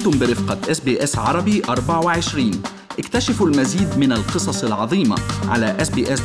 أنتم برفقة SBS عربي 24. اكتشفوا المزيد من القصص العظيمة على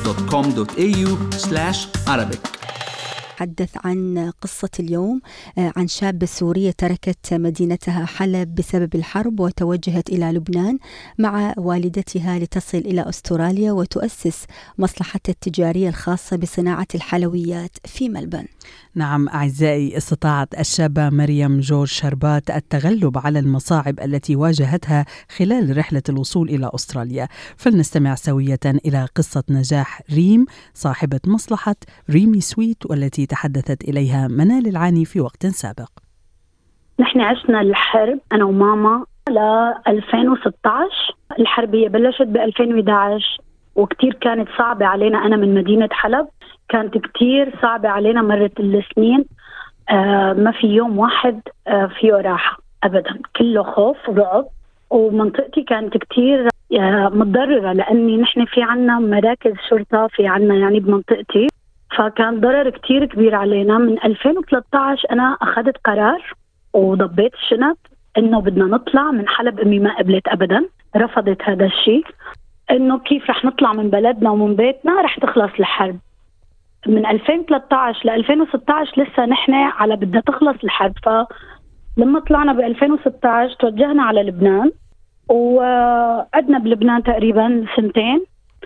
sbs.com.au/Arabic. تحدث عن قصة اليوم عن شابة سورية تركت مدينتها حلب بسبب الحرب وتوجهت إلى لبنان مع والدتها لتصل إلى أستراليا وتؤسس مصلحتها التجارية الخاصة بصناعة الحلويات في ملبن. نعم أعزائي، استطاعت الشابة مريم جورج شربات التغلب على المصاعب التي واجهتها خلال رحلة الوصول إلى أستراليا. فلنستمع سوية إلى قصة نجاح ريم صاحبة مصلحة ريمي سويت، والتي تحدثت إليها منال العاني في وقت سابق. نحن عشنا الحرب أنا وماما ل 2016. الحرب هي بلشت ب 2011 وكتير كانت صعبة علينا. أنا من مدينة حلب، كانت كتير صعبة علينا. مرت السنين ما في يوم واحد فيه راحة أبدا، كله خوف ورعب. ومنطقتي كانت كتير متضررة لأني نحن في عنا مراكز شرطة في عنا يعني بمنطقتي، فكان ضرر كتير كبير علينا. من 2013 أنا أخذت قرار وضبيت الشنط إنه بدنا نطلع من حلب. أمي ما قبلت أبدا، رفضت هذا الشيء، إنه كيف رح نطلع من بلدنا ومن بيتنا، رح تخلص الحرب. من 2013 ل 2016 لسه نحن على بدها تخلص الحرب. فلما طلعنا ب 2016 توجهنا على لبنان وقعدنا بلبنان تقريبا سنتين.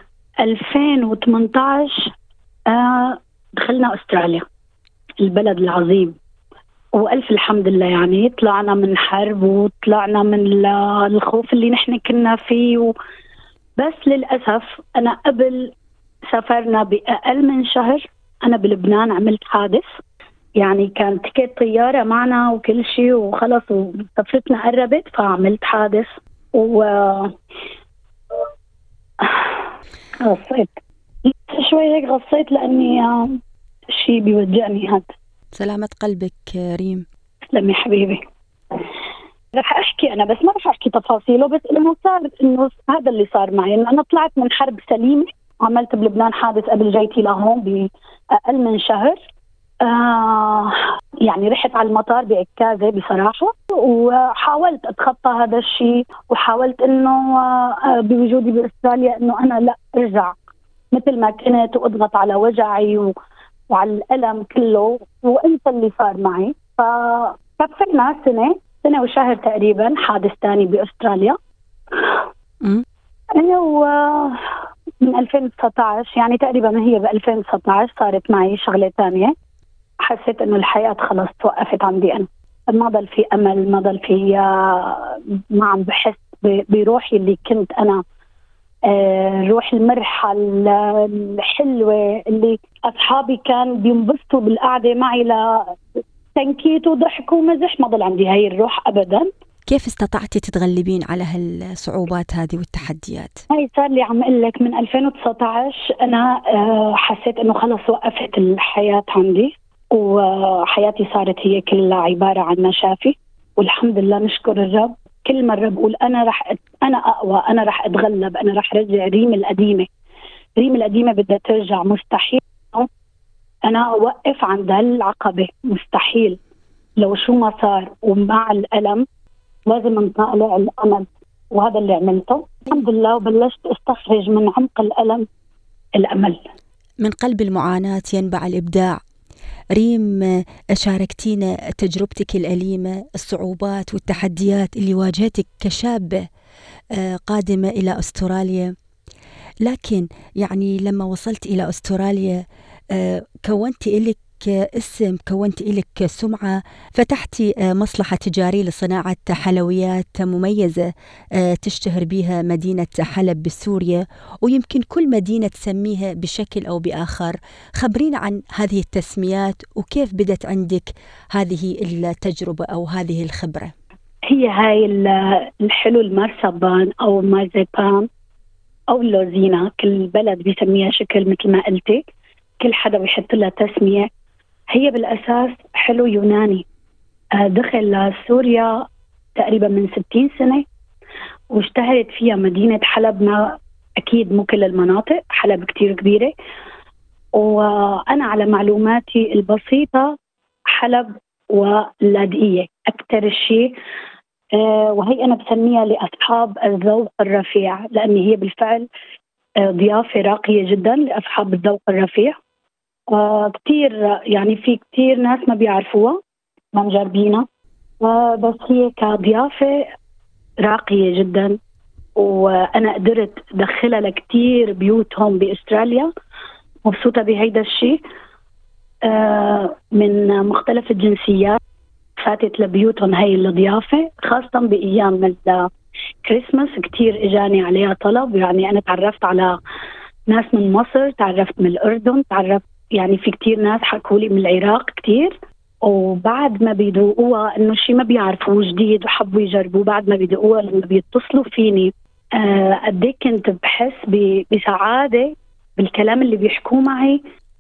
2018 دخلنا أستراليا البلد العظيم، وألف الحمد لله. يعني طلعنا من حرب وطلعنا من الخوف اللي نحن كنا فيه بس للأسف أنا قبل سافرنا بأقل من شهر أنا بلبنان عملت حادث. يعني كان تيكت طيارة معنا وكل شيء وخلص وسفرتنا قربت، فعملت حادث غصيت شوي هيك، غصيت لأني شيء بيوجعني. هذا سلامة قلبك ريم. سلامي حبيبي. رح أحكي أنا بس ما رح أحكي تفاصيله، بس إنه صار إنه هذا اللي صار معي. إنه أنا طلعت من حرب سليمة، عملت بلبنان حادث قبل جيتي لهون بأقل من شهر. يعني رحت على المطار بعكازة بصراحة، وحاولت أتخطى هذا الشيء، وحاولت إنه بوجودي بأستراليا إنه أنا لا أرجع مثل ما كنت وأضغط على وجعي وعلى الألم كله وأنت اللي صار معي. فكفينا سنة وشهر تقريبا حادث تاني بأستراليا. من 2019 يعني تقريبا هي ب 2019 صارت معي شغلة تانية. حسيت إنه الحياة خلص توقفت عندي. أنا ما ضل في أمل، ما ضل في ما عم بحس بروحي اللي كنت أنا، روح المرحة الحلوة اللي أصحابي كان بينبسطوا بالقعدة معي لتنكيت وضحك ومزح. ما ضل عندي هاي الروح أبدا. كيف استطعتي تتغلبين على هالصعوبات هذه والتحديات؟ هاي صار لي عم أقول لك من 2019 أنا حسيت إنه خلص وقفت الحياة عندي، وحياتي صارت هي كلها عبارة عن مشافي. والحمد لله نشكر الرب. كل مرة بقول أنا أقوى، أنا رح أتغلب، أنا رح رجع ريم القديمة. ريم القديمة بدها ترجع. مستحيل أنا أوقف عند هالعقبة، مستحيل لو شو ما صار. ومع الألم لازم نطالع الأمل، وهذا اللي عملته الحمد لله. وبلشت استخرج من عمق الألم الأمل. من قلب المعاناة ينبع الإبداع. ريم، شاركتينا تجربتك الأليمة، الصعوبات والتحديات اللي واجهتك كشابة قادمة إلى أستراليا. لكن يعني لما وصلت إلى أستراليا كونت إلك اسم، كونت إلك سمعة، فتحتي مصلحة تجارية لصناعة حلويات مميزة تشتهر بها مدينة حلب بسوريا، ويمكن كل مدينة تسميها بشكل أو بآخر. خبرينا عن هذه التسميات وكيف بدت عندك هذه التجربة أو هذه الخبرة. هي هاي الحلو المرسبان أو مارزيبان أو اللوزينة، كل بلد بيسميها شكل مثل ما قلتي، كل حدا بيحط لها تسمية. هي بالأساس حلو يوناني، دخل سوريا تقريبا من 60 سنة واشتهرت فيها مدينة حلب. ما أكيد مو كل المناطق، حلب كتير كبيرة. وأنا على معلوماتي البسيطة حلب واللاذقية أكتر شيء وهي أنا بسميها لأصحاب الذوق الرفيع، لأن هي بالفعل ضيافة راقية جدا لأصحاب الذوق الرفيع. كتير يعني في كتير ناس ما بيعرفوها، ما مجربينها، بس هي كضيافة راقية جدا، وأنا قدرت أدخلها لكتير بيوتهم بأستراليا. مبسوطة بهيدا الشيء. من مختلف الجنسيات فاتت لبيوتهم هاي الضيافة، خاصة بأيام الكريسماس كتير إجاني عليها طلب. يعني أنا تعرفت على ناس من مصر، تعرفت من الأردن، تعرفت يعني في كتير ناس حكولي من العراق كتير، وبعد ما بيدوقوها إنه شيء ما بيعرفوه جديد وحبوا يجربوه، بعد ما بيدوقوها لما بيتصلوا فيني قديك كنت بحس بسعادة بالكلام اللي بيحكوه معي.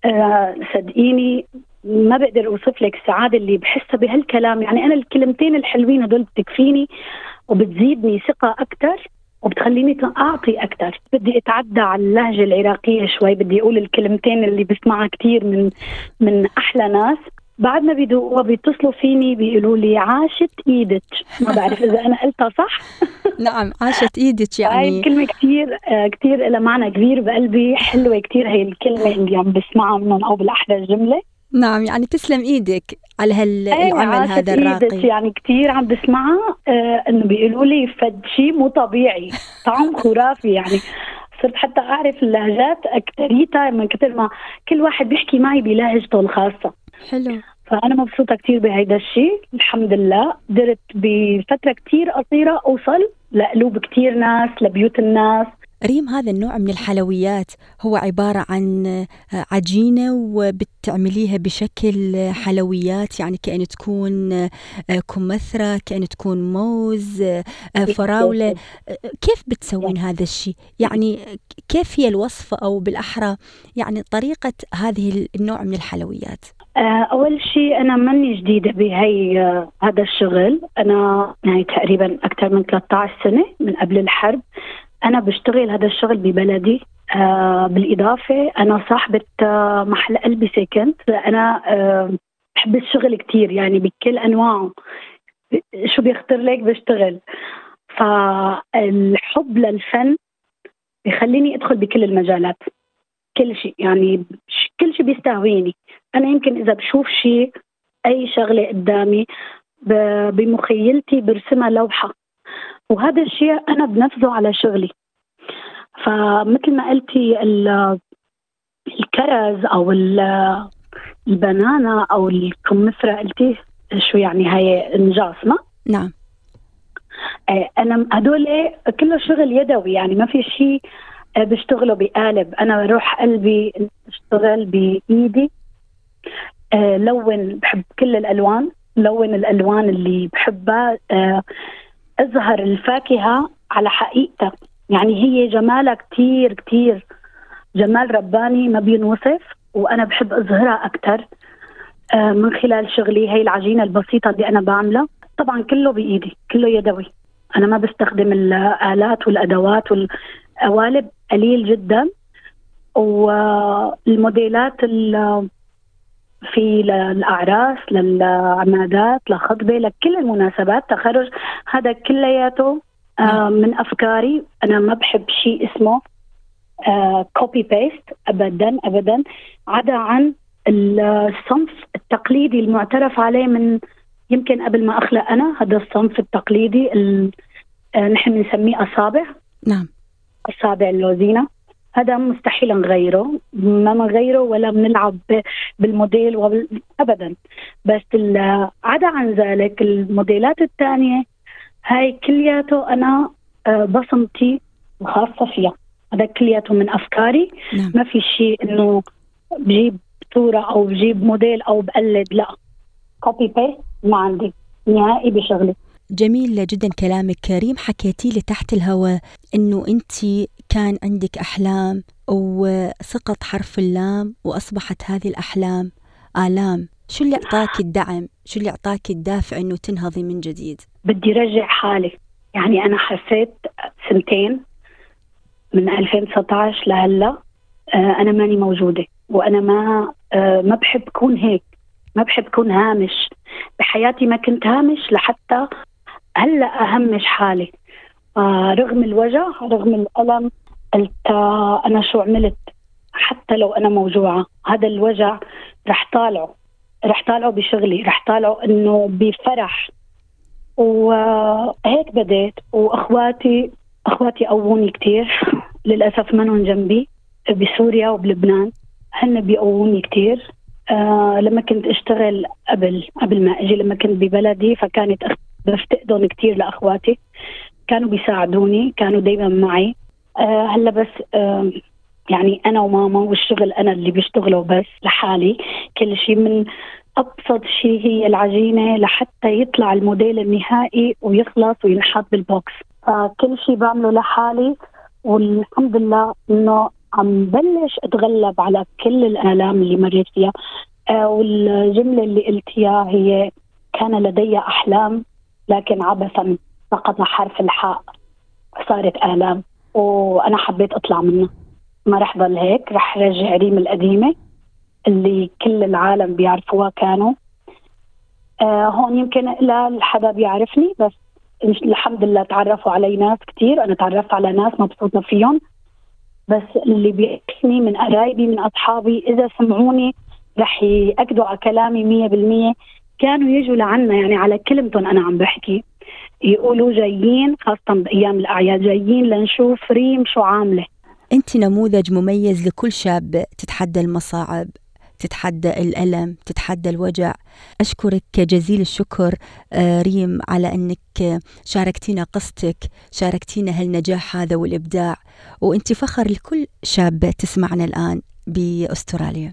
صدقيني ما بقدر أوصف لك السعادة اللي بحسها بهالكلام. يعني أنا الكلمتين الحلوين هدول بتكفيني وبتزيدني ثقة أكتر وبتخليني أعطي أكتر. بدي أتعدى على اللهجة العراقية شوي، بدي أقول الكلمتين اللي بسمعها كتير من أحلى ناس. بعد ما بيدوقوا بيتصلوا فيني بيقولوا لي عاشت إيدك. ما بعرف إذا أنا قلتها صح. نعم، عاشت إيدك. يعني هاي الكلمة كتير لها معنى كبير بقلبي، حلوة كتير هاي الكلمة اللي عم بسمعها منهم أو بالأحلى الجملة. نعم، يعني تسلم إيدك على العمل هذا الراقي. يعني كتير عم بسمعها إنه بيقولوا لي فد شيء مو طبيعي، طعم خرافي. يعني صرت حتى أعرف اللهجات أكتريتها من كتر ما كل واحد بيحكي معي بلهجته الخاصة. حلو. فأنا مبسوطة كتير بهيدا الشيء. الحمد لله قدرت بفترة كتير قصيرة أوصل لقلوب كتير ناس، لبيوت الناس. ريم، هذا النوع من الحلويات هو عبارة عن عجينة وبتعمليها بشكل حلويات، يعني كأن تكون كمثرى، كأن تكون موز، فراولة. كيف بتسوين هذا الشيء؟ يعني كيف هي الوصفة، أو بالأحرى يعني طريقة هذه النوع من الحلويات؟ أول شيء أنا ماني جديدة بهي هذا الشغل. أنا يعني تقريبا أكثر من 13 سنة من قبل الحرب أنا بشتغل هذا الشغل ببلدي. بالإضافة أنا صاحبة محل قلبي سكنت. أنا بحب الشغل كتير، يعني بكل أنواعه، شو بيخطر لك بشتغل. فالحب للفن بيخليني أدخل بكل المجالات، كل شيء، يعني كل شيء بيستهويني. أنا يمكن إذا بشوف شيء، أي شغلة قدامي بمخيلتي برسمها لوحة، وهذا الشيء أنا بنفذه على شغلي. فمثل ما قلتي الكرز أو البنانا أو الكمثرى، قلتي شو يعني؟ هاي نجاصمة. نعم. أنا هدول كله شغل يدوي، يعني ما في شيء بشتغله بقالب. أنا بروح قلبي اشتغل بإيدي. لون، بحب كل الألوان، لون الألوان اللي بحبها. أظهر الفاكهة على حقيقتها، يعني هي جمالها كتير كتير جمال رباني ما بينوصف، وأنا بحب أظهرها أكتر من خلال شغلي. هي العجينة البسيطة اللي أنا بعملها طبعا كله بإيدي، كله يدوي. أنا ما بستخدم الآلات والأدوات والقوالب، قليل جدا. والموديلات في الأعراس، للعمادات، لخطبة، لكل المناسبات، تخرج، هذا كلياته من أفكاري. أنا ما بحب شيء اسمه كوبي بيست أبدا أبدا، عدا عن الصنف التقليدي المعترف عليه من يمكن قبل ما أخلق أنا. هذا الصنف التقليدي نحن نسميه أصابع. نعم. أصابع اللوزينة، هذا مستحيل نغيره، ما نغيره ولا بنلعب بالموديل أبدا. بس عدا عن ذلك الموديلات الثانية هاي كلياته أنا بصمتي الخاصة فيها. هذا كلياته من أفكاري. نعم. ما في شيء إنه بجيب صورة أو بجيب موديل أو بقلد، لا، كوبي بيست ما عندي نهائي بشغلي. جميل جدا كلامك كريم. حكيتي لي تحت الهواء إنه أنتي كان عندك أحلام وسقط حرف اللام وأصبحت هذه الأحلام آلام. شو اللي أعطاك الدعم؟ شو اللي أعطاك الدافع إنه تنهضي من جديد؟ بدي رجع حالي. يعني أنا حسيت سنتين من 2019 لهلا أنا ماني موجودة، وأنا ما بحب كون هيك، ما بحب كون هامش بحياتي. ما كنت هامش لحتى هلا أهمش حالي. رغم الوجع رغم الألم قلت أنا شو عملت؟ حتى لو أنا موجوعة هذا الوجع رح طالعه بشغلي، رح طالعه إنه بفرح. وهيك بديت. وأخواتي قووني كتير. للأسف منهم جنبي بسوريا وبلبنان، هن بيقووني كتير. لما كنت أشتغل قبل ما أجي، لما كنت ببلدي، فكانت بفتقدهم كتير لأخواتي، كانوا بيساعدوني، كانوا دايما معي. هلا بس يعني أنا وماما والشغل أنا اللي بيشتغله بس لحالي. كل شيء من أبسط شيء هي العجينة لحتى يطلع الموديل النهائي ويخلص وينحط بالبوكس. كل شيء بعمله لحالي، والحمد لله إنه عم بلش أتغلب على كل الآلام اللي مريت فيها. والجملة اللي قلتيها هي كان لدي أحلام لكن عبثا سقط حرف الحاء صارت آلام، وأنا حبيت أطلع منها. ما رح ضل هيك، رح رجع ريم القديمة اللي كل العالم بيعرفوها. كانوا هون يمكن لا حدا بيعرفني، بس الحمد لله تعرفوا علي ناس كتير. أنا تعرفت على ناس مبسوطة فيهم، بس اللي بيحكني من قرايبي من أصحابي إذا سمعوني رح يأكدوا على كلامي 100%. كانوا يجوا لعنا يعني على كلمتهم أنا عم بحكي، يقولوا جايين خاصة بأيام الأعياد، جايين لنشوف ريم شو عاملة. أنت نموذج مميز لكل شاب تتحدى المصاعب، تتحدى الألم، تتحدى الوجع. أشكرك جزيل الشكر ريم على أنك شاركتينا قصتك، شاركتينا هالنجاح هذا والإبداع، وأنت فخر لكل شاب تسمعنا الآن بأستراليا.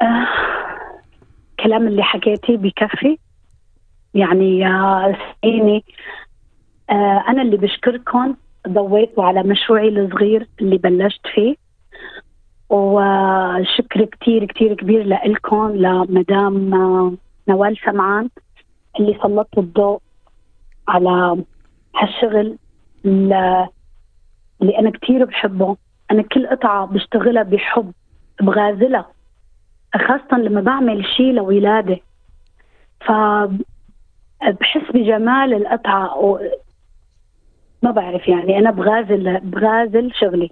كلام اللي حكيتي بكفي يعني يا سعيني. أنا اللي بشكركم، ضويتوا على مشروعي الصغير اللي بلشت فيه، وشكر كتير كتير كبير لإلكم، لمدام نوال سمعان اللي سلطوا الضوء على هالشغل اللي أنا كتير بحبه. أنا كل قطعة بشتغلها بحب، بغازلها، خاصة لما بعمل شيء لولادة، فبحس بجمال القطعة. ما بعرف يعني أنا بغازل شغلي.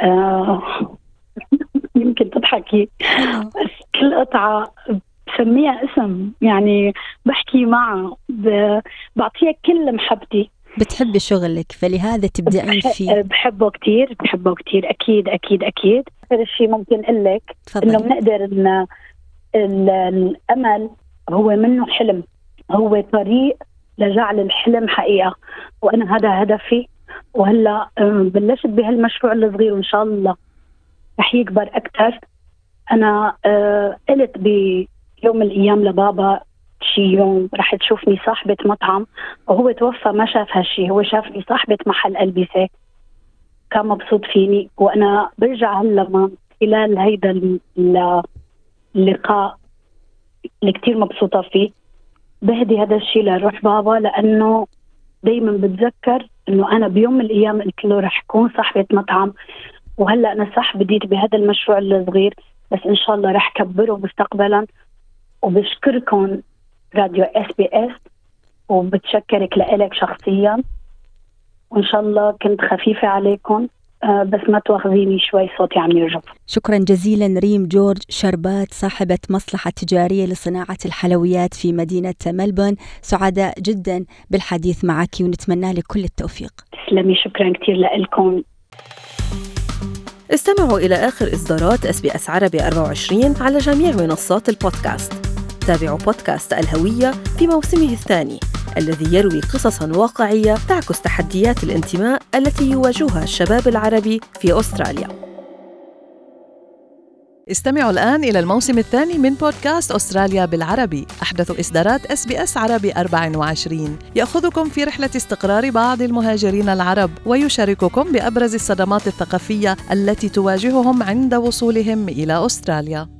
يمكن تضحكي بس كل قطعة بسميها اسم، يعني بحكي معها، بعطيها كل محبتي. بتحبي شغلك فلهذا تبدأين فيه. بحبه كتير أكيد أكيد أكيد. آخر شيء ممكن أقول لك إنه بنقدر إن الأمل هو منه حلم، هو طريق لجعل الحلم حقيقة، وأنا هذا هدفي. وهلا بلشت بهالمشروع الصغير وإن شاء الله رح يكبر أكتر. أنا قلت بيوم من الأيام لبابا شي يوم رح تشوفني صاحبة مطعم، وهو توفى ما شاف هالشي، هو شافني صاحبة محل ألبسة، كان مبسوط فيني. وأنا برجع هلا من خلال هيدا اللقاء اللي كتير مبسوطة فيه بهدي هذا الشي لروح بابا، لأنه دايما بتذكر إنه أنا بيوم من الأيام قلت له رح أكون صاحبة مطعم. وهلأ أنا صح بديت بهذا المشروع الصغير، بس إن شاء الله رح كبره مستقبلا. وبشكركم راديو SBS، وبتشكرك لإلك شخصيا، وإن شاء الله كنت خفيفة عليكم، بس ما تواخذيني شوي صوتي عم يرجف. شكرا جزيلا ريم جورج شربات، صاحبة مصلحة تجارية لصناعة الحلويات في مدينة ملبورن. سعداء جدا بالحديث معك ونتمنى لك كل التوفيق. تسلمي، شكرا كتير لكم. استمعوا إلى آخر إصدارات SBS عربي 24 على جميع منصات البودكاست. تابعوا بودكاست الهوية في موسمه الثاني الذي يروي قصصاً واقعية تعكس تحديات الانتماء التي يواجهها الشباب العربي في أستراليا. استمعوا الآن إلى الموسم الثاني من بودكاست أستراليا بالعربي، أحدث إصدارات SBS عربي 24 يأخذكم في رحلة استقرار بعض المهاجرين العرب ويشارككم بأبرز الصدمات الثقافية التي تواجههم عند وصولهم إلى أستراليا.